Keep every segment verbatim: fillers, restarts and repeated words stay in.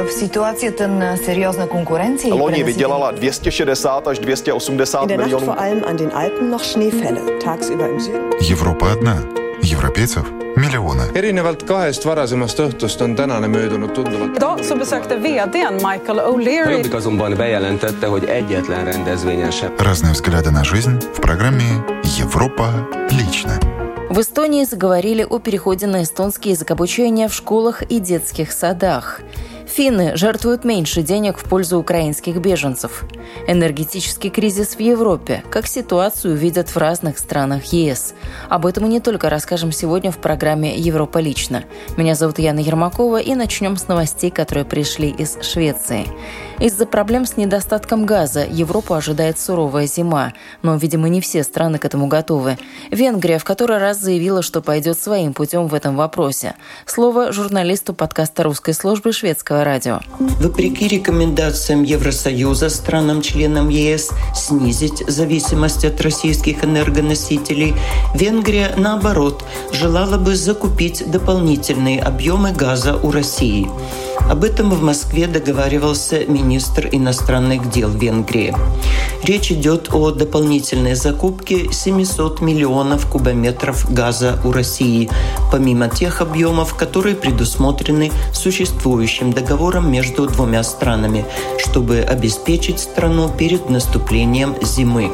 В ситуации ten серьезной конкуренции. Loni vydělala dvě stě šedesát až dvě stě osmdesát milionů. vor allem an den Alpen noch Schneefälle. Tagsüber im Süden. Европа одна. Европейцев миллионы. Erinevalt kahest varasemast õhtust on tänane möödunud tunduvalt. Idag så besökte V D:n Michael O'Leary. A Jobbik azonban bejelentette, hogy egyetlen rendezvényen sem. Разные взгляды на жизнь в программе «Европа лично». В Эстонии заговорили о переходе на эстонский язык обучения в школах и детских садах. Финны жертвуют меньше денег в пользу украинских беженцев. Энергетический кризис в Европе. Как ситуацию видят в разных странах ЕС. Об этом мы не только расскажем сегодня в программе «Европа лично». Меня зовут Яна Ермакова, и начнем с новостей, которые пришли из Швеции. Из-за проблем с недостатком газа Европу ожидает суровая зима. Но, видимо, не все страны к этому готовы. Венгрия в который раз заявила, что пойдет своим путем в этом вопросе. Слово журналисту подкаста русской службы шведского радио. Вопреки рекомендациям Евросоюза странам-членам ЕС снизить зависимость от российских энергоносителей, Венгрия, наоборот, желала бы закупить дополнительные объемы газа у России. Об этом в Москве договаривался министр иностранных дел Венгрии. Речь идет о дополнительной закупке семьсот миллионов кубометров газа у России, помимо тех объемов, которые предусмотрены существующим договором между двумя странами, чтобы обеспечить страну перед наступлением зимы.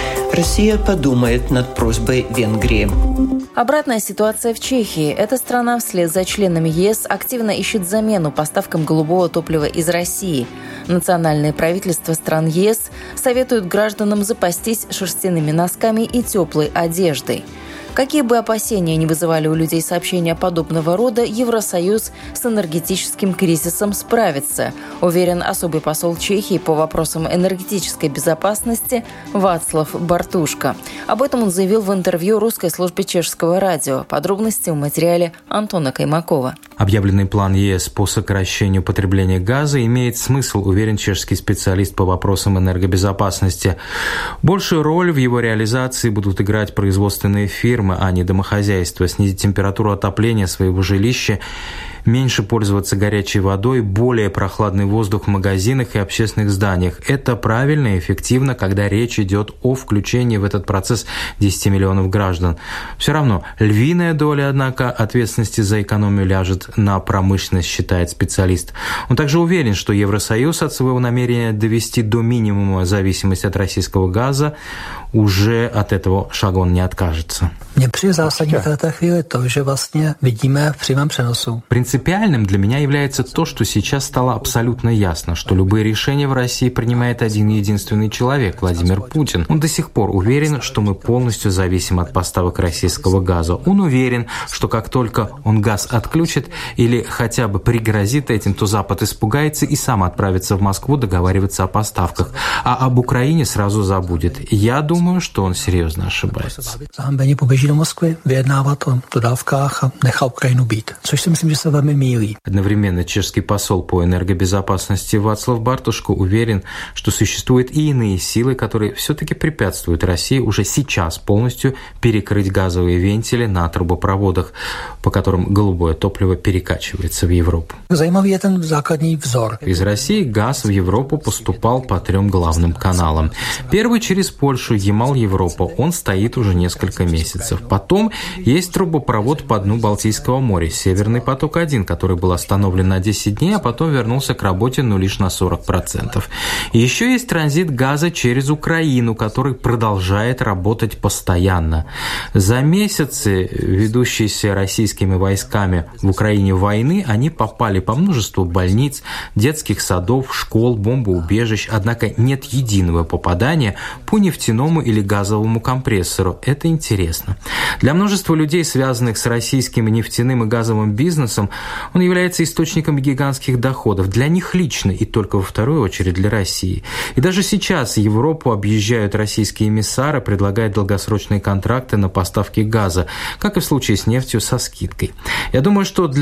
Россия подумает над просьбой Венгрии. Обратная ситуация в Чехии. Эта страна вслед за членами ЕС активно ищет замену поставкам голубого топлива из России. Национальные правительства стран ЕС советуют гражданам запастись шерстяными носками и теплой одеждой. Какие бы опасения ни вызывали у людей сообщения подобного рода, Евросоюз с энергетическим кризисом справится, уверен особый посол Чехии по вопросам энергетической безопасности Вацлав Бартушка. Об этом он заявил в интервью русской службе чешского радио. Подробности в материале Антона Каймакова. Объявленный план ЕС по сокращению потребления газа имеет смысл, уверен чешский специалист по вопросам энергобезопасности. Большую роль в его реализации будут играть производственные фирмы, а не домохозяйства. Снизить температуру отопления своего жилища, меньше пользоваться горячей водой, более прохладный воздух в магазинах и общественных зданиях. Это правильно и эффективно, когда речь идет о включении в этот процесс десяти миллионов граждан. Все равно львиная доля, однако, ответственности за экономию ляжет на промышленность, считает специалист. Он также уверен, что Евросоюз от своего намерения довести до минимума зависимость от российского газа уже от этого шага он не откажется. Мне přijde zásadní v této chvíli to, že vlastně vidíme v přímém přenosu. Принципиальным для меня является то, что сейчас стало абсолютно ясно, что любые решения в России принимает один единственный человек – Владимир Путин. Он до сих пор уверен, что мы полностью зависим от поставок российского газа. Он уверен, что как только он газ отключит или хотя бы пригрозит этим, то Запад испугается и сам отправится в Москву договариваться о поставках. А об Украине сразу забудет. Я думаю, что он серьезно ошибается. Do Moskvy vyjednávat o dodávkách a nechá Ukrajinu být, což si myslím, že se velmi mýlí. Одновременно чешский посол по энергобезопасности Вацлав Бартушко уверен, что существуют и иные силы, которые все-таки препятствуют России уже сейчас полностью перекрыть газовые вентили на трубопроводах, по которым голубое топливо перекачивается в Европу. Zajímavý je ten základní vzor. Из России газ в Европу поступал по трем главным каналам. Первый через Польшу, Ямал-Европа. Он стоит уже несколько месяцев. Потом есть трубопровод по дну Балтийского моря, Северный поток-один, который был остановлен на десять дней, а потом вернулся к работе, но лишь на сорок процентов. И еще есть транзит газа через Украину, который продолжает работать постоянно. За месяцы, ведущиеся российскими войсками в Украине войны, они попали по множеству больниц, детских садов, школ, бомбоубежищ, однако нет единого попадания по нефтяному или газовому компрессору. Это интересно. Для множества людей, связанных с российским нефтяным и газовым бизнесом, он является источником гигантских доходов. Для них лично и только во вторую очередь для России. И даже сейчас Европу объезжают российские эмиссары, предлагая долгосрочные контракты на поставки газа, как и в случае с нефтью со скидкой. Я думаю, что для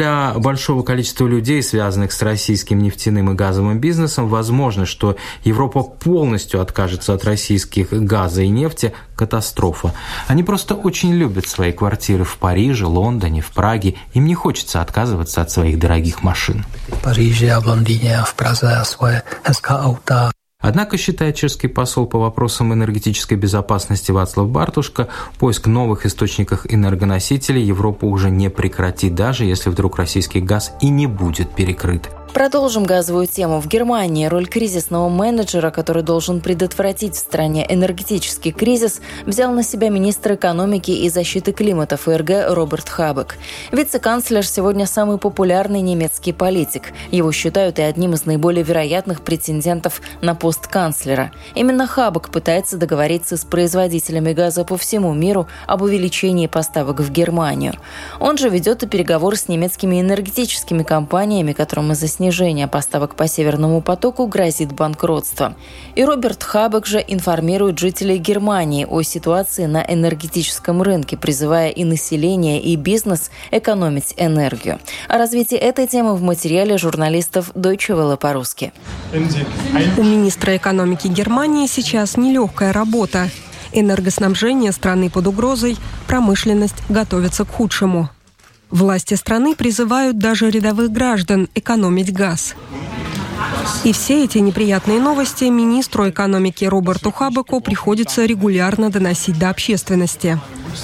для большого количества людей, связанных с российским нефтяным и газовым бизнесом, возможно, что Европа полностью откажется от российских газа и нефти – катастрофа. Они просто очень любят свои квартиры в Париже, Лондоне, в Праге. Им не хочется отказываться от своих дорогих машин. В Париже, в Лондоне, в Праге свои эс-ка-аута. Однако, считает чешский посол по вопросам энергетической безопасности Вацлав Бартушка, поиск новых источников энергоносителей Европа уже не прекратит, даже если вдруг российский газ и не будет перекрыт. Продолжим газовую тему. В Германии роль кризисного менеджера, который должен предотвратить в стране энергетический кризис, взял на себя министр экономики и защиты климата ФРГ Роберт Хабек. Вице-канцлер сегодня самый популярный немецкий политик. Его считают и одним из наиболее вероятных претендентов на пост канцлера. Именно Хабек пытается договориться с производителями газа по всему миру об увеличении поставок в Германию. Он же ведет и переговоры с немецкими энергетическими компаниями, которым из-за снижения Снижение поставок по Северному потоку грозит банкротство. И Роберт Хабек же информирует жителей Германии о ситуации на энергетическом рынке, призывая и население, и бизнес экономить энергию. О развитии этой темы в материале журналистов Deutsche Welle по-русски. У министра экономики Германии сейчас нелегкая работа. Энергоснабжение страны под угрозой, промышленность готовится к худшему. Власти страны призывают даже рядовых граждан экономить газ. И все эти неприятные новости министру экономики Роберту Хабеку приходится регулярно доносить до общественности.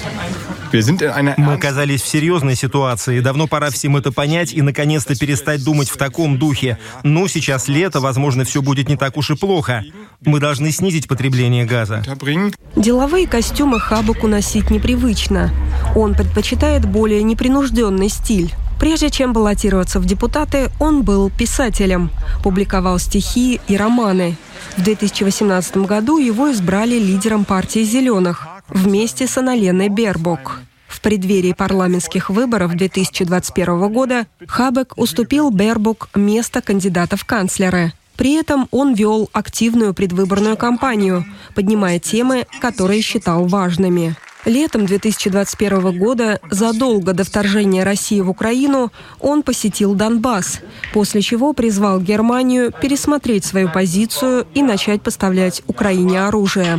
Мы оказались в серьезной ситуации. Давно пора всем это понять и наконец-то перестать думать в таком духе. Ну, сейчас лето, возможно, все будет не так уж и плохо. Мы должны снизить потребление газа. Деловые костюмы Хабеку носить непривычно. Он предпочитает более непринужденный стиль. Прежде чем баллотироваться в депутаты, он был писателем, публиковал стихи и романы. В две тысячи восемнадцатом году его избрали лидером партии «Зеленых» вместе с Анналеной Бербок. В преддверии парламентских выборов две тысячи двадцать первого года Хабек уступил Бербок место кандидата в канцлеры. При этом он вел активную предвыборную кампанию, поднимая темы, которые считал важными. Летом две тысячи двадцать первого года, задолго до вторжения России в Украину, он посетил Донбасс, после чего призвал Германию пересмотреть свою позицию и начать поставлять Украине оружие.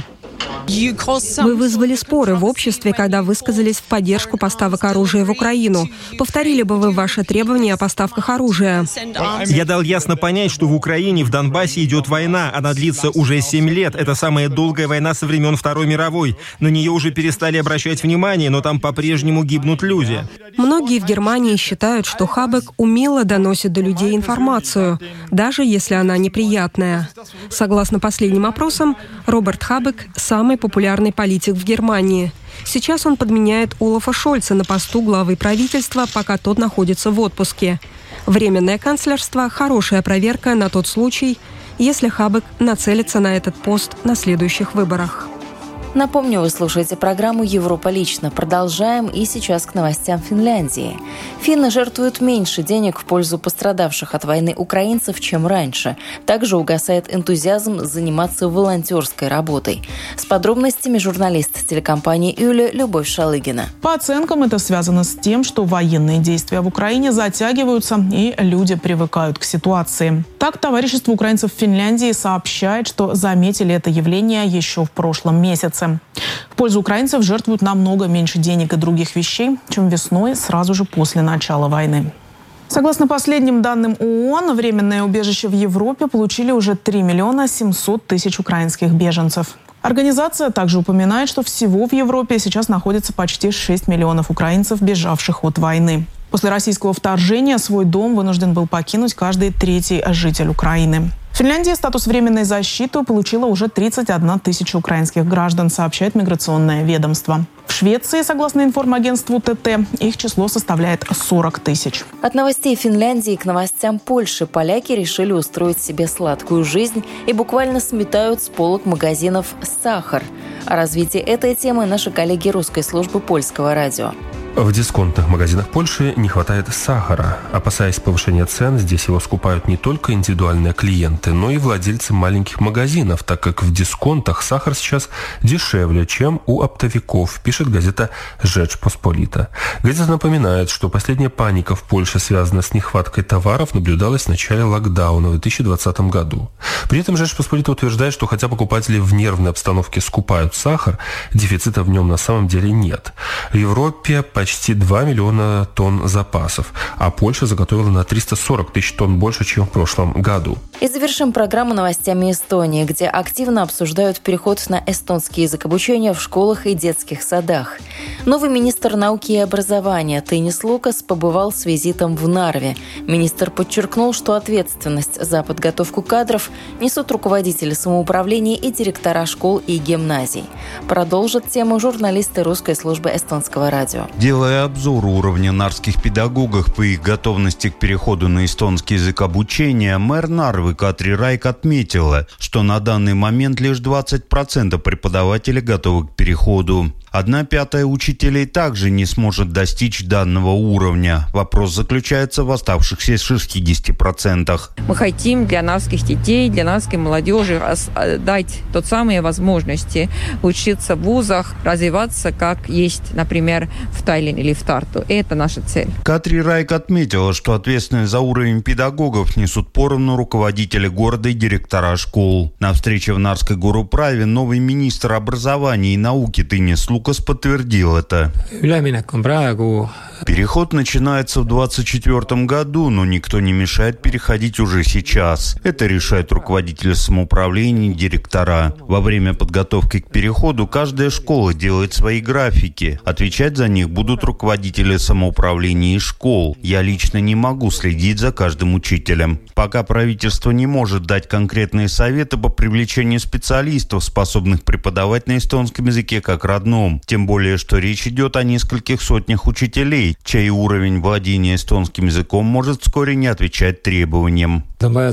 Вы вызвали споры в обществе, когда высказались в поддержку поставок оружия в Украину. Повторили бы вы ваши требования о поставках оружия? Я дал ясно понять, что в Украине, в Донбассе идет война. Она длится уже семь лет. Это самая долгая война со времен Второй мировой. На нее уже перестали обращать внимание, но там по-прежнему гибнут люди. Многие в Германии считают, что Хабек умело доносит до людей информацию, даже если она неприятная. Согласно последним опросам, Роберт Хабек – самый популярный политик в Германии. Сейчас он подменяет Олафа Шольца на посту главы правительства, пока тот находится в отпуске. Временное канцлерство – хорошая проверка на тот случай, если Хабек нацелится на этот пост на следующих выборах. Напомню, вы слушаете программу «Европа лично». Продолжаем и сейчас к новостям Финляндии. Финны жертвуют меньше денег в пользу пострадавших от войны украинцев, чем раньше. Также угасает энтузиазм заниматься волонтерской работой. С подробностями журналист телекомпании «Юля» Любовь Шалыгина. По оценкам, это связано с тем, что военные действия в Украине затягиваются и люди привыкают к ситуации. Так, товарищество украинцев в Финляндии сообщает, что заметили это явление еще в прошлом месяце. В пользу украинцев жертвуют намного меньше денег и других вещей, чем весной, сразу же после начала войны. Согласно последним данным ООН, временное убежище в Европе получили уже три миллиона семьсот тысяч украинских беженцев. Организация также упоминает, что всего в Европе сейчас находится почти шесть миллионов украинцев, бежавших от войны. После российского вторжения свой дом вынужден был покинуть каждый третий житель Украины. В Финляндии статус временной защиты получила уже тридцать одна тысяча украинских граждан, сообщает миграционное ведомство. В Швеции, согласно информагентству ТТ, их число составляет сорок тысяч. От новостей Финляндии к новостям Польши. Поляки решили устроить себе сладкую жизнь и буквально сметают с полок магазинов сахар. О развитии этой темы наши коллеги русской службы польского радио. В дисконтных магазинах Польши не хватает сахара. Опасаясь повышения цен, здесь его скупают не только индивидуальные клиенты, но и владельцы маленьких магазинов, так как в дисконтах сахар сейчас дешевле, чем у оптовиков, пишет газета «Rzeczpospolita». Газета напоминает, что последняя паника в Польше связана с нехваткой товаров, наблюдалась в начале локдауна в две тысячи двадцатом году. При этом «Rzeczpospolita» утверждает, что хотя покупатели в нервной обстановке скупают сахар, дефицита в нем на самом деле нет. В Европе почти два миллиона тонн запасов, а Польша заготовила на триста сорок тысяч тонн больше, чем в прошлом году. И завершим программу новостями Эстонии, где активно обсуждают переход на эстонский язык обучения в школах и детских садах. Новый министр науки и образования Tõnis Lukas побывал с визитом в Нарве. Министр подчеркнул, что ответственность за подготовку кадров несут руководители самоуправления и директора школ и гимназий. Продолжит тему журналисты русской службы эстонского радио. Делая обзор уровня нарвских педагогов по их готовности к переходу на эстонский язык обучения, мэр Нарвы Катри Райк отметила, что на данный момент лишь двадцать процентов преподавателей готовы к переходу. Одна пятая учителей также не сможет достичь данного уровня. Вопрос заключается в оставшихся шестидесяти процентах. Мы хотим для нарвских детей, для нарвской молодежи дать тот самые возможности учиться в вузах, развиваться, как есть, например, в Таллине или в Тарту. И это наша цель. Катри Райк отметила, что ответственность за уровень педагогов несут поровну руководители города и директора школ. На встрече в Нарвской горуправе новый министр образования и науки Tõnis Lukas подтвердил это. Переход начинается в двадцать четвёртом году, но никто не мешает переходить уже сейчас. Это решают руководители самоуправления и директора. Во время подготовки к переходу каждая школа делает свои графики. Отвечать за них будут руководители самоуправления и школ. Я лично не могу следить за каждым учителем. Пока правительство не может дать конкретные советы по привлечению специалистов, способных преподавать на эстонском языке как родном. Тем более, что речь идет о нескольких сотнях учителей, чей уровень владения эстонским языком может вскоре не отвечать требованиям.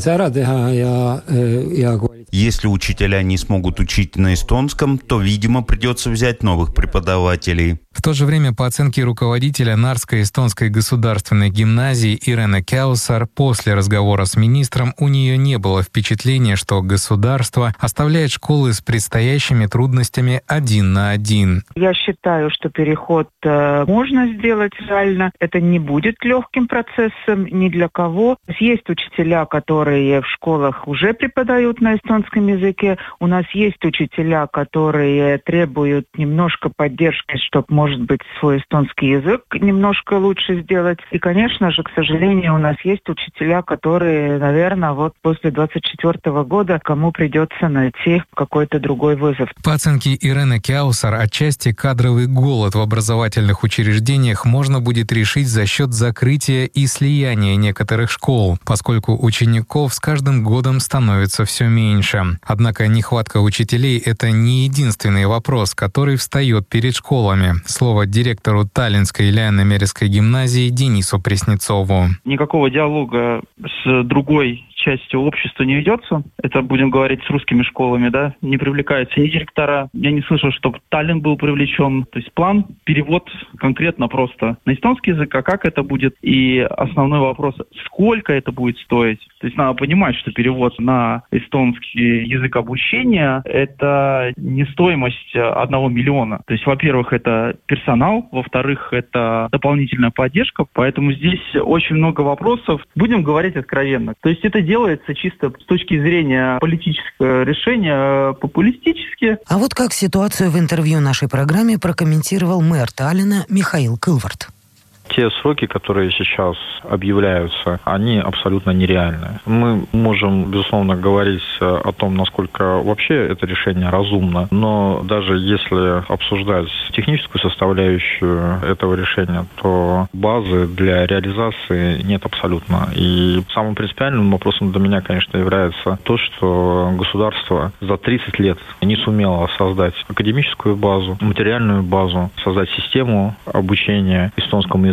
Если учителя не смогут учить на эстонском, то, видимо, придется взять новых преподавателей. В то же время, по оценке руководителя Нарвской эстонской государственной гимназии Ирены Кяусар, после разговора с министром у нее не было впечатления, что государство оставляет школы с предстоящими трудностями один на один. Я считаю, что переход э, можно сделать реально. Это не будет легким процессом ни для кого. Есть учителя, которые в школах уже преподают на эстонском языке. У нас есть учителя, которые требуют немножко поддержки, чтобы, может быть, свой эстонский язык немножко лучше сделать. И, конечно же, к сожалению, у нас есть учителя, которые, наверное, вот после двадцать четвёртого года, кому придется найти какой-то другой вызов. По оценке Ирены Кяусар, отчасти кадровый голод в образовательных учреждениях можно будет решить за счет закрытия и слияния некоторых школ, поскольку учеников с каждым годом становится все меньше. Однако нехватка учителей — это не единственный вопрос, который встает перед школами. Слово директору Таллинской Ляйна-Мерецкой гимназии Денису Преснецову. Никакого диалога с другой частью общества не ведется. Это, будем говорить, с русскими школами, да, не привлекаются ни директора. Я не слышал, чтобы Таллин был привлечен. То есть план, перевод конкретно просто на эстонский язык, а как это будет? И основной вопрос, сколько это будет стоить? То есть надо понимать, что перевод на эстонский язык обучения – это не стоимость одного миллиона. То есть, во-первых, это персонал, во-вторых, это дополнительная поддержка. Поэтому здесь очень много вопросов. Будем говорить откровенно. То есть это делается чисто с точки зрения политического решения, популистически. А вот как ситуацию в интервью нашей программе прокомментировал мэр Таллина Михаил Кылвард. Те сроки, которые сейчас объявляются, они абсолютно нереальны. Мы можем, безусловно, говорить о том, насколько вообще это решение разумно, но даже если обсуждать техническую составляющую этого решения, то базы для реализации нет абсолютно. И самым принципиальным вопросом для меня, конечно, является то, что государство за тридцать лет не сумело создать академическую базу, материальную базу, создать систему обучения эстонскому языку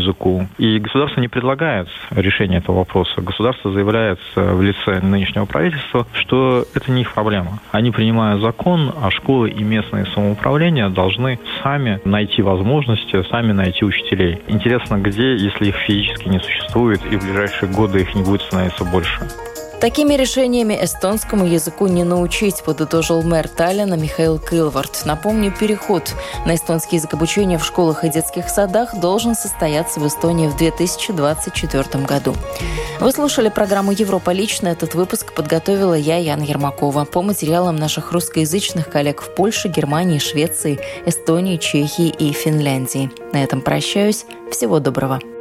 языку. И государство не предлагает решение этого вопроса. Государство заявляет в лице нынешнего правительства, что это не их проблема. Они принимают закон, а школы и местные самоуправления должны сами найти возможности, сами найти учителей. Интересно, где, если их физически не существует, и в ближайшие годы их не будет становиться больше. Такими решениями эстонскому языку не научить, подытожил мэр Таллина Михаил Кылварт. Напомню, переход на эстонский язык обучения в школах и детских садах должен состояться в Эстонии в две тысячи двадцать четвёртом году. Вы слушали программу «Европа лично». Этот выпуск подготовила я, Яна Ермакова, по материалам наших русскоязычных коллег в Польше, Германии, Швеции, Эстонии, Чехии и Финляндии. На этом прощаюсь. Всего доброго.